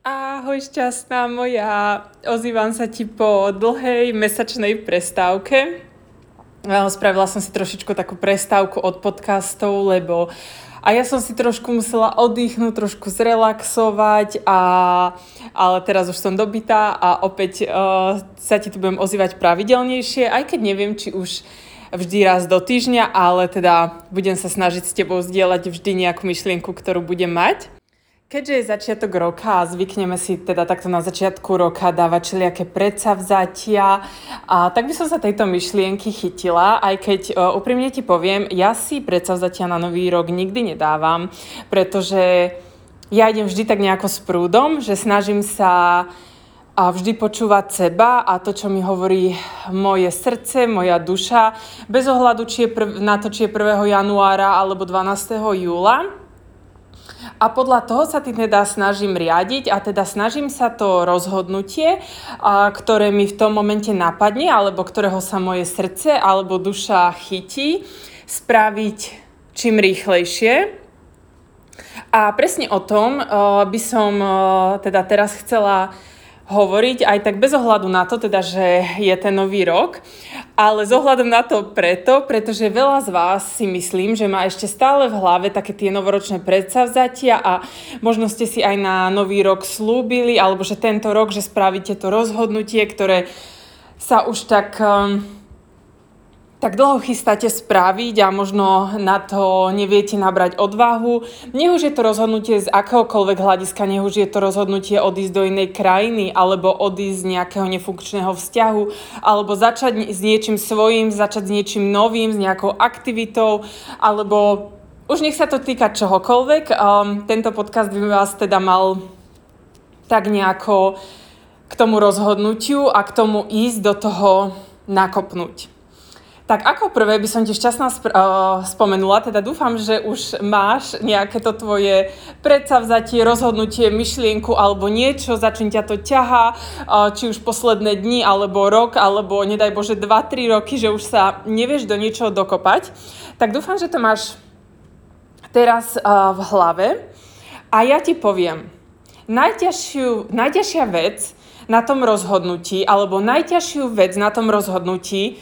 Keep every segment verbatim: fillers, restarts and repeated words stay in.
Ahoj, šťastná moja. Ozývam sa ti po dlhej mesačnej prestávke. Spravila som si trošičku takú prestávku od podcastov, lebo a ja som si trošku musela oddychnúť, trošku zrelaxovať, a, ale teraz už som dobitá a opäť uh, sa ti tu budem ozývať pravidelnejšie, aj keď neviem, či už vždy raz do týždňa, ale teda budem sa snažiť s tebou zdieľať vždy nejakú myšlienku, ktorú budem mať. Keďže je začiatok roka a zvykneme si teda takto na začiatku roka dávať všelijaké predsavzatia, a tak by som sa tejto myšlienky chytila, aj keď uh, úprimne ti poviem, ja si predsavzatia na nový rok nikdy nedávam, pretože ja idem vždy tak nejako s prúdom, že snažím sa a vždy počúvať seba a to, čo mi hovorí moje srdce, moja duša, bez ohľadu či je prv, na to, či je prvého januára alebo dvanásteho júla. A podľa toho sa teda snažím riadiť a teda snažím sa to rozhodnutie, a, ktoré mi v tom momente napadne, alebo ktorého sa moje srdce alebo duša chytí, spraviť čím rýchlejšie. A presne o tom uh, by som uh, teda teraz chcela hovoriť, aj tak bez ohľadu na to, teda, že je ten nový rok, ale s ohľadom na to preto, pretože veľa z vás si myslím, že má ešte stále v hlave také tie novoročné predsavzatia a možno ste si aj na nový rok slúbili, alebo že tento rok, že spravíte to rozhodnutie, ktoré sa už tak... Um, tak dlho chystáte spraviť a možno na to neviete nabrať odvahu. Nech už je to rozhodnutie z akéhokoľvek hľadiska, nech už je to rozhodnutie odísť do inej krajiny, alebo odísť z nejakého nefunkčného vzťahu, alebo začať s niečím svojím, začať s niečím novým, s nejakou aktivitou, alebo už nech sa to týka čohokoľvek. Um, tento podcast by vás teda mal tak nejako k tomu rozhodnutiu a k tomu ísť do toho nakopnúť. Tak ako prvé by som ti šťastná sp- uh, spomenula, teda dúfam, že už máš nejaké to tvoje predsavzatie, rozhodnutie, myšlienku alebo niečo, za čím ťa to ťahá, uh, či už posledné dni, alebo rok, alebo nedaj Bože dva tri roky, že už sa nevieš do niečoho dokopať. Tak dúfam, že to máš teraz uh, v hlave a ja ti poviem, najťažšiu, najťažšia vec na tom rozhodnutí, alebo najťažšiu vec na tom rozhodnutí,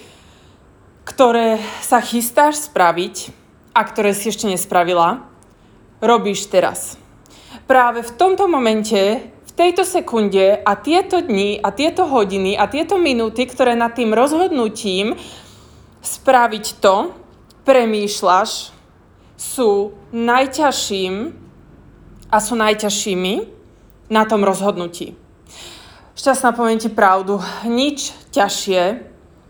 ktoré sa chystáš spraviť a ktoré si ešte nespravila, robíš teraz. Práve v tomto momente, v tejto sekunde a tieto dni a tieto hodiny a tieto minúty, ktoré nad tým rozhodnutím spraviť to, premýšľaš, sú najťažším a sú najťažšími na tom rozhodnutí. Šťastná, poviem ti pravdu, nič ťažšie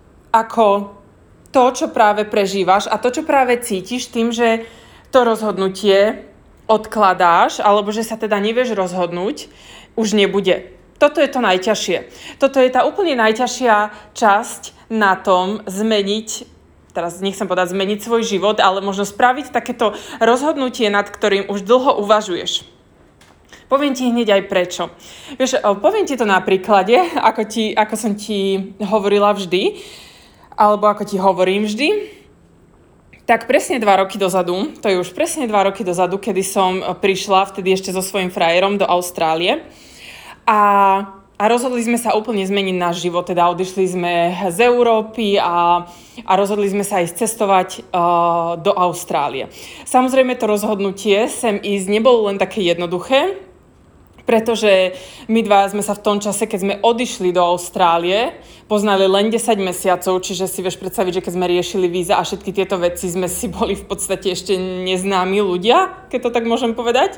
ako to, čo práve prežívaš a to, čo práve cítiš tým, že to rozhodnutie odkladáš, alebo že sa teda nevieš rozhodnúť, už nebude. Toto je to najťažšie. Toto je tá úplne najťažšia časť na tom zmeniť, teraz nechcem povedať zmeniť svoj život, ale možno spraviť takéto rozhodnutie, nad ktorým už dlho uvažuješ. Poviem ti hneď aj prečo. Vieš, poviem ti to na príklade, ako, ti, ako som ti hovorila vždy, alebo ako ti hovorím vždy, tak presne dva roky dozadu, to je už presne dva roky dozadu, kedy som prišla vtedy ešte so svojím frajerom do Austrálie a, a rozhodli sme sa úplne zmeniť náš život, teda odišli sme z Európy a, a rozhodli sme sa ísť cestovať uh, do Austrálie. Samozrejme to rozhodnutie sem ísť nebolo len také jednoduché, pretože my dva sme sa v tom čase, keď sme odišli do Austrálie, poznali len desať mesiacov, čiže si vieš predstaviť, že keď sme riešili víza a všetky tieto veci, sme si boli v podstate ešte neznámi ľudia, keď to tak môžem povedať.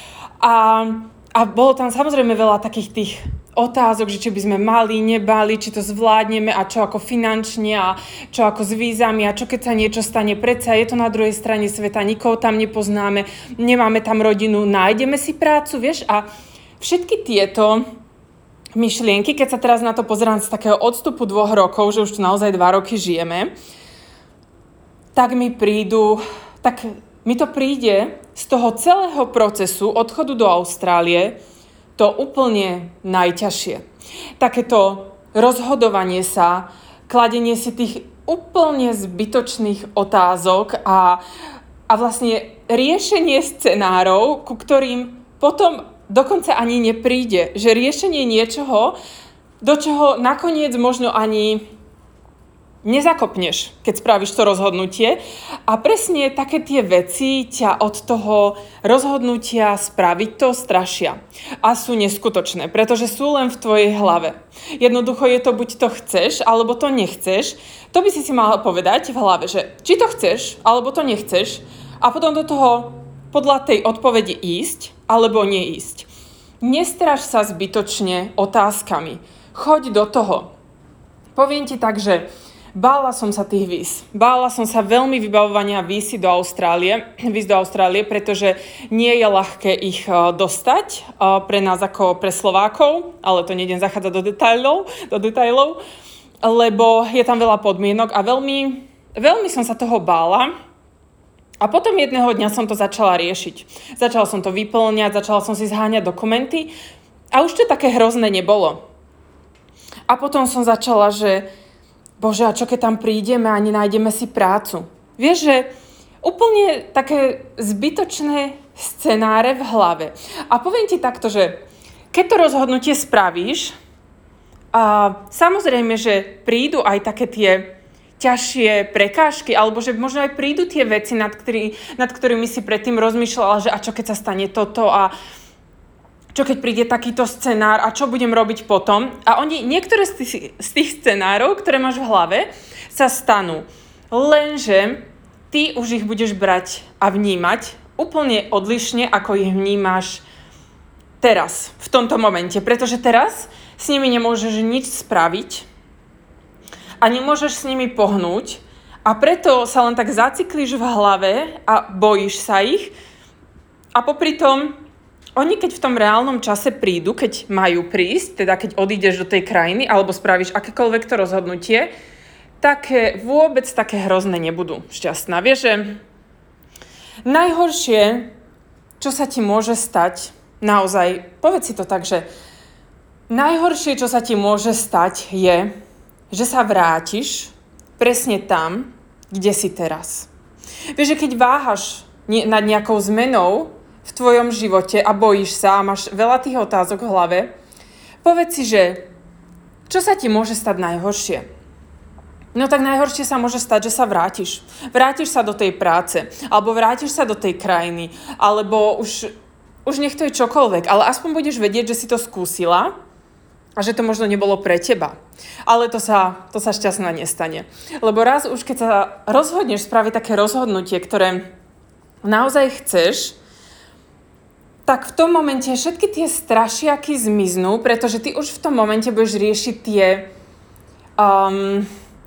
A, a bolo tam samozrejme veľa takých tých otázok, že či by sme mali, nebali, či to zvládneme a čo ako finančne a čo ako s vízami a čo keď sa niečo stane, predsa je to na druhej strane sveta, nikoho tam nepoznáme, nemáme tam rodinu, nájdeme si prácu, vieš, a všetky tieto myšlienky, keď sa teraz na to pozerám z takého odstupu dvoch rokov, že už tu naozaj dva roky žijeme, tak mi prídu, tak mi to príde z toho celého procesu odchodu do Austrálie to úplne najťažšie. Takéto rozhodovanie sa, kladenie si tých úplne zbytočných otázok a, a vlastne riešenie scenárov, ku ktorým potom dokonca ani nepríde. Že riešenie niečoho, do čoho nakoniec možno ani nezakopneš, keď spravíš to rozhodnutie. A presne také tie veci ťa od toho rozhodnutia spraviť to strašia. A sú neskutočné, pretože sú len v tvojej hlave. Jednoducho je to buď to chceš, alebo to nechceš. To by si si mala povedať v hlave, že či to chceš, alebo to nechceš. A potom do toho podľa tej odpovede ísť, alebo neísť. Nestraž sa zbytočne otázkami. Choď do toho. Poviem ti tak, že bála som sa tých víz. Bála som sa veľmi vybavovania vízy do Austrálie, víz do Austrálie, pretože nie je ľahké ich dostať pre nás ako pre Slovákov, ale to nejdem zachádzať do detailov, do detailov, lebo je tam veľa podmienok a veľmi, veľmi som sa toho bála. A potom jedného dňa som to začala riešiť. Začala som to vyplňať, začala som si zháňať dokumenty a už to také hrozné nebolo. A potom som začala, že bože, a čo keď tam prídeme a nenájdeme si prácu? Vieš, že úplne také zbytočné scenáre v hlave. A poviem ti takto, že keď to rozhodnutie spravíš, a samozrejme, že prídu aj také tie ťažšie prekážky, alebo že možno aj prídu tie veci, nad, ktorý, nad ktorými si predtým rozmýšľala, že a čo keď sa stane toto a čo keď príde takýto scenár a čo budem robiť potom. A oni, niektoré z tých, z tých scenárov, ktoré máš v hlave, sa stanú. Lenže ty už ich budeš brať a vnímať úplne odlišne, ako ich vnímaš teraz, v tomto momente. Pretože teraz s nimi nemôžeš nič spraviť a nemôžeš s nimi pohnúť a preto sa len tak zaciklíš v hlave a bojíš sa ich a popri tom oni, keď v tom reálnom čase prídu, keď majú prísť, teda keď odídeš do tej krajiny alebo spravíš akékoľvek to rozhodnutie, tak vôbec také hrozné nebudú šťastná. Vieš, že najhoršie, čo sa ti môže stať, naozaj, povedz si to tak, že najhoršie, čo sa ti môže stať, je, že sa vrátiš presne tam, kde si teraz. Vieš, že keď váhaš nad nejakou zmenou v tvojom živote a bojíš sa a máš veľa tých otázok v hlave, povedz si, že čo sa ti môže stať najhoršie? No tak najhoršie sa môže stať, že sa vrátiš. Vrátiš sa do tej práce, alebo vrátiš sa do tej krajiny, alebo už, už nech to je čokoľvek, ale aspoň budeš vedieť, že si to skúsila a že to možno nebolo pre teba. Ale to sa, to sa šťastná nestane. Lebo raz už, keď sa rozhodneš spraviť také rozhodnutie, ktoré naozaj chceš, tak v tom momente všetky tie strašiaky zmiznú, pretože ty už v tom momente budeš riešiť tie, um,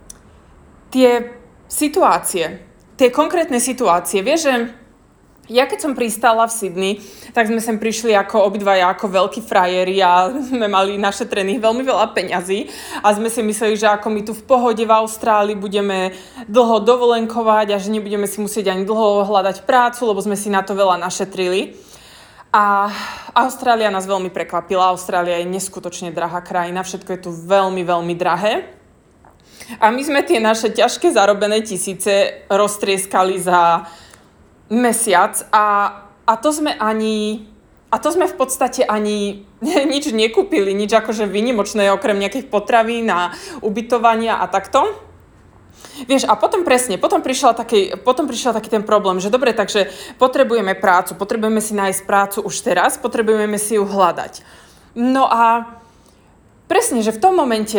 tie situácie, tie konkrétne situácie. Vieš, že ja keď som pristála v Sydney, tak sme sem prišli ako obidvaja, ako veľkí frajeri a sme mali našetrených veľmi veľa peňazí a sme si mysleli, že ako my tu v pohode v Austrálii budeme dlho dovolenkovať a že nebudeme si musieť ani dlho hľadať prácu, lebo sme si na to veľa našetrili. A Austrália nás veľmi prekvapila. Austrália je neskutočne drahá krajina, všetko je tu veľmi, veľmi drahé. A my sme tie naše ťažké zarobené tisíce roztrieskali za mesiac a, a to sme ani, a to sme v podstate ani nič nekúpili, nič akože výnimočné, okrem nejakých potravín a ubytovania a takto. Vieš, a potom presne, potom prišiel taký, potom prišiel taký ten problém, že dobre, takže potrebujeme prácu, potrebujeme si nájsť prácu už teraz, potrebujeme si ju hľadať. No a presne, že v tom momente,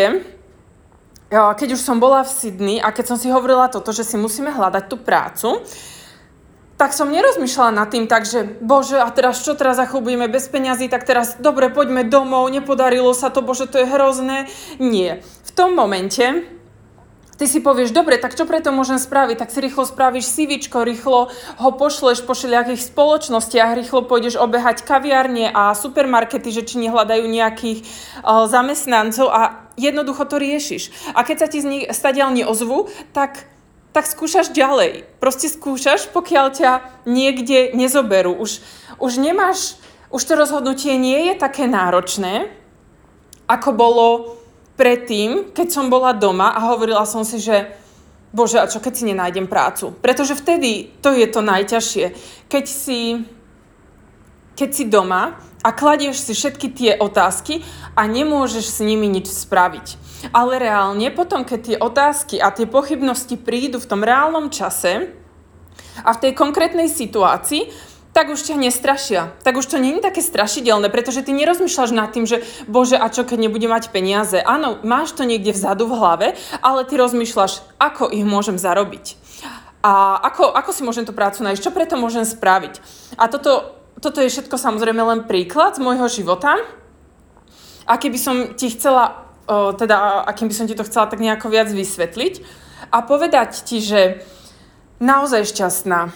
keď už som bola v Sydney a keď som si hovorila toto, že si musíme hľadať tú prácu, tak som nerozmýšľala nad tým tak, že bože, a teraz čo, teraz ako budeme bez peňazí, tak teraz dobre, poďme domov, nepodarilo sa to, bože, to je hrozné. Nie. V tom momente ty si povieš, dobre, tak čo preto môžem spraviť? Tak si rýchlo spravíš CVčko, rýchlo ho pošleš po všelijakých spoločnostiach, rýchlo pôjdeš obehať kaviarne a supermarkety, že či nehľadajú nejakých uh, zamestnancov a jednoducho to riešiš. A keď sa ti z nich stadiaľ neozvu, tak, tak skúšaš ďalej. Proste skúšaš, pokiaľ ťa niekde nezoberú. Už, už nemáš, už to rozhodnutie nie je také náročné, ako bolo predtým, keď som bola doma a hovorila som si, že bože, a čo keď si nenájdem prácu? Pretože vtedy to je to najťažšie. Keď si, keď si doma a kladieš si všetky tie otázky a nemôžeš s nimi nič spraviť. Ale reálne potom, keď tie otázky a tie pochybnosti prídu v tom reálnom čase a v tej konkrétnej situácii, tak už ťa nestrašia. Tak už to nie je také strašidelné, pretože ty nerozmýšľaš nad tým, že bože, a čo keď nebudem mať peniaze? Áno, máš to niekde vzadu v hlave, ale ty rozmýšľaš, ako ich môžem zarobiť. A ako, ako si môžem tú prácu nájsť? Čo preto môžem spraviť? A toto Toto je všetko samozrejme len príklad z môjho života. A keby som ti chcela, o, teda, a keby som ti to chcela tak nejako viac vysvetliť a povedať ti, že naozaj šťastná,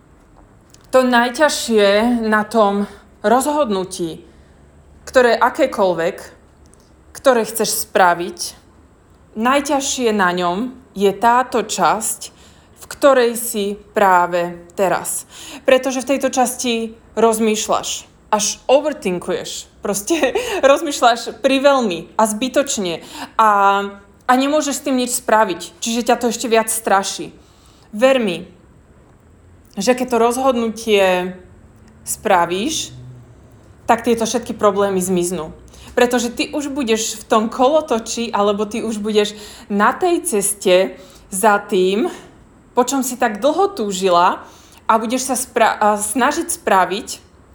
to najťažšie na tom rozhodnutí, ktoré akékoľvek, ktoré chceš spraviť, najťažšie na ňom je táto časť, v ktorej si práve teraz. Pretože v tejto časti rozmýšľaš, až overthinkuješ, proste rozmýšľaš priveľmi a zbytočne a, a nemôžeš s tým nič spraviť, čiže ťa to ešte viac straší. Ver mi, že keď to rozhodnutie spravíš, tak tieto všetky problémy zmiznú. Pretože ty už budeš v tom kolotoči, alebo ty už budeš na tej ceste za tým, po čom si tak dlho túžila a budeš sa spra- snažiť spraviť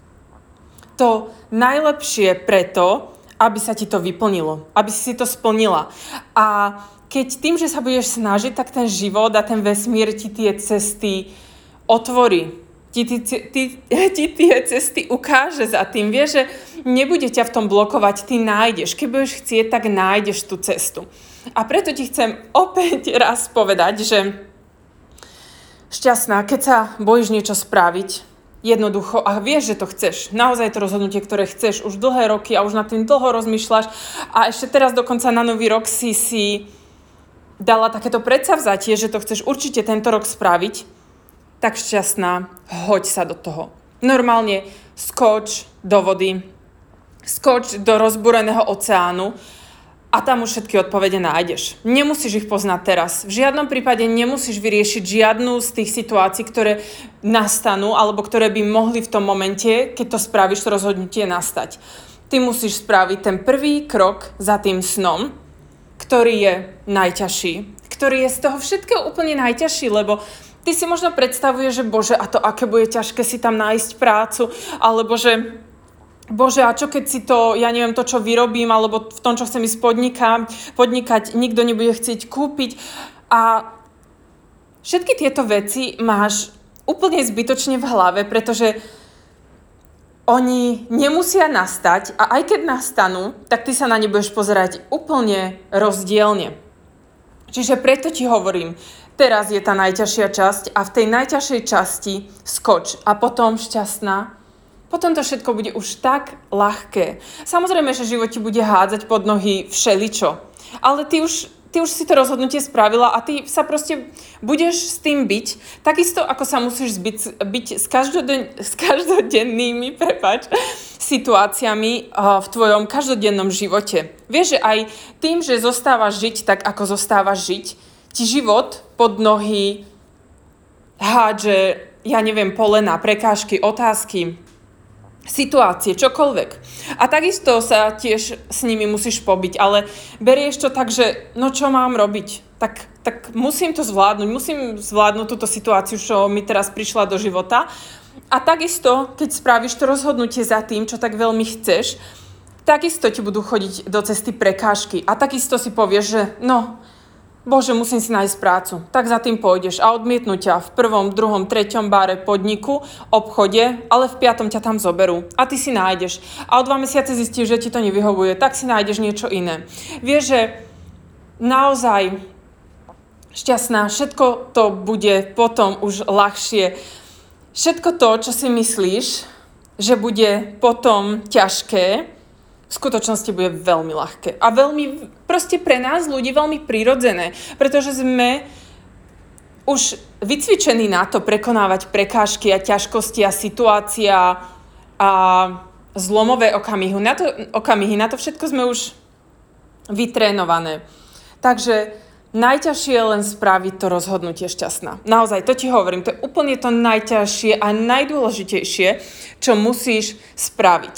to najlepšie preto, aby sa ti to vyplnilo, aby si to splnila. A keď tým, že sa budeš snažiť, tak ten život a ten vesmír ti tie cesty otvorí. Ti, ti, ti, ti tie cesty ukáže za tým. Vieš, že nebude ťa v tom blokovať, ty nájdeš. Keď budeš chcieť, tak nájdeš tú cestu. A preto ti chcem opäť raz povedať, že šťastná, keď sa bojíš niečo spraviť, jednoducho, a vieš, že to chceš, naozaj to rozhodnutie, ktoré chceš už dlhé roky a už nad tým dlho rozmýšľaš a ešte teraz dokonca na nový rok si si dala takéto predsavzatie, že to chceš určite tento rok spraviť, tak šťastná, hoď sa do toho. Normálne skoč do vody, skoč do rozbúreného oceánu, a tam už všetky odpovede nájdeš. Nemusíš ich poznať teraz. V žiadnom prípade nemusíš vyriešiť žiadnu z tých situácií, ktoré nastanú alebo ktoré by mohli v tom momente, keď to spravíš, to rozhodnutie nastať. Ty musíš spraviť ten prvý krok za tým snom, ktorý je najťažší, ktorý je z toho všetkého úplne najťažší, lebo ty si možno predstavuješ, že bože, a to aké bude ťažké si tam nájsť prácu, alebo že bože, a čo keď si to, ja neviem, to, čo vyrobím, alebo v tom, čo chcem ísť podnikať, podnikať, nikto nebude chcieť kúpiť. A všetky tieto veci máš úplne zbytočne v hlave, pretože oni nemusia nastať a aj keď nastanú, tak ty sa na ne budeš pozerať úplne rozdielne. Čiže preto ti hovorím, teraz je tá najťažšia časť a v tej najťažšej časti skoč a potom šťastná. Potom to všetko bude už tak ľahké. Samozrejme, že život ti bude hádzať pod nohy všeličo. Ale ty už, ty už si to rozhodnutie spravila a ty sa proste budeš s tým byť. Takisto, ako sa musíš zbyť, byť s, každoden, s každodennými prepáč, situáciami uh, v tvojom každodennom živote. Vieš, že aj tým, že zostávaš žiť tak, ako zostávaš žiť, ti život pod nohy hádže, ja neviem, polena, prekážky, otázky, situácie, čokoľvek. A takisto sa tiež s nimi musíš pobiť, ale berieš to tak, že no čo mám robiť? Tak, tak musím to zvládnuť, musím zvládnuť túto situáciu, čo mi teraz prišla do života. A takisto, keď spravíš to rozhodnutie za tým, čo tak veľmi chceš, takisto ti budú chodiť do cesty prekážky. A takisto si povieš, že no, bože, musím si nájsť prácu. Tak za tým pôjdeš a odmietnú ťa v prvom, druhom, treťom bare, podniku, obchode, ale v piatom ťa tam zoberú. A ty si nájdeš. A o dva mesiace zistíš, že ti to nevyhovuje, tak si nájdeš niečo iné. Vieš, že naozaj šťastná, všetko to bude potom už ľahšie. Všetko to, čo si myslíš, že bude potom ťažké, v skutočnosti bude veľmi ľahké. A veľmi, proste pre nás ľudí veľmi prirodzené, pretože sme už vycvičení na to prekonávať prekážky a ťažkosti a situácia a zlomové okamihy. Na to, okamihy. Na to všetko sme už vytrénované. Takže najťažšie je len spraviť to rozhodnutie šťastná. Naozaj, to ti hovorím, to je úplne to najťažšie a najdôležitejšie, čo musíš spraviť.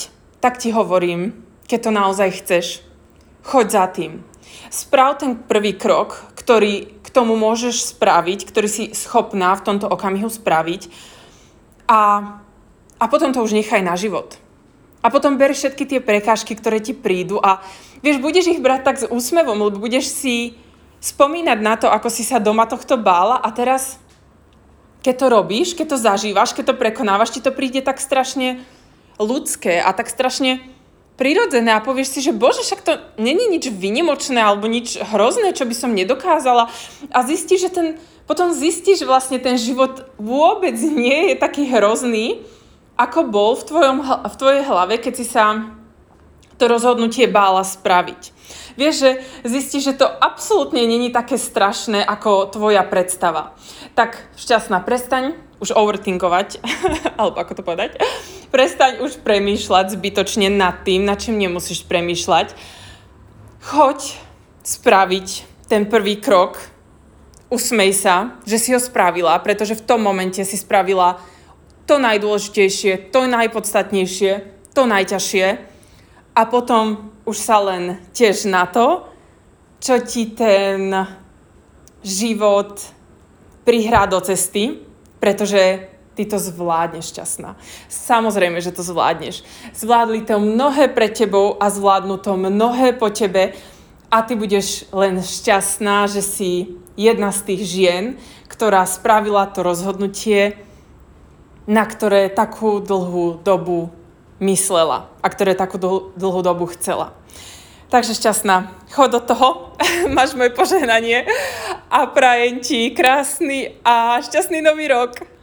tak ti hovorím, keď to naozaj chceš, choď za tým. Sprav ten prvý krok, ktorý k tomu môžeš spraviť, ktorý si schopná v tomto okamihu spraviť a, a potom to už nechaj na život. A potom ber všetky tie prekážky, ktoré ti prídu a vieš, budeš ich brať tak s úsmevom, lebo budeš si spomínať na to, ako si sa doma tohto bála a teraz, keď to robíš, keď to zažívaš, keď to prekonávaš, ti to príde tak strašne ľudské a tak strašne prirodzené a povieš si, že bože, však to není nič výnimočné alebo nič hrozné, čo by som nedokázala a zistíš, že ten, potom zistíš, že vlastne ten život vôbec nie je taký hrozný, ako bol v, tvojom, v tvojej hlave, keď si sa to rozhodnutie bála spraviť. Vieš, že zistíš, že to absolútne není také strašné, ako tvoja predstava. Tak šťastná, prestaň už overthinkovať, alebo ako to povedať, prestaň už premýšľať zbytočne nad tým, nad čím nemusíš premýšľať. Choď spraviť ten prvý krok, usmej sa, že si ho spravila, pretože v tom momente si spravila to najdôležitejšie, to najpodstatnejšie, to najťažšie a potom už sa len tiež na to, čo ti ten život prihrá do cesty, pretože ty to zvládneš, šťastná. Samozrejme, že to zvládneš. Zvládli to mnohé pred tebou a zvládnu to mnohé po tebe a ty budeš len šťastná, že si jedna z tých žien, ktorá spravila to rozhodnutie, na ktoré takú dlhú dobu myslela a ktoré takú dlhú, dlhú dobu chcela. Takže šťastná, chod do toho, máš moje požehnanie a prajem ti krásny a šťastný nový rok.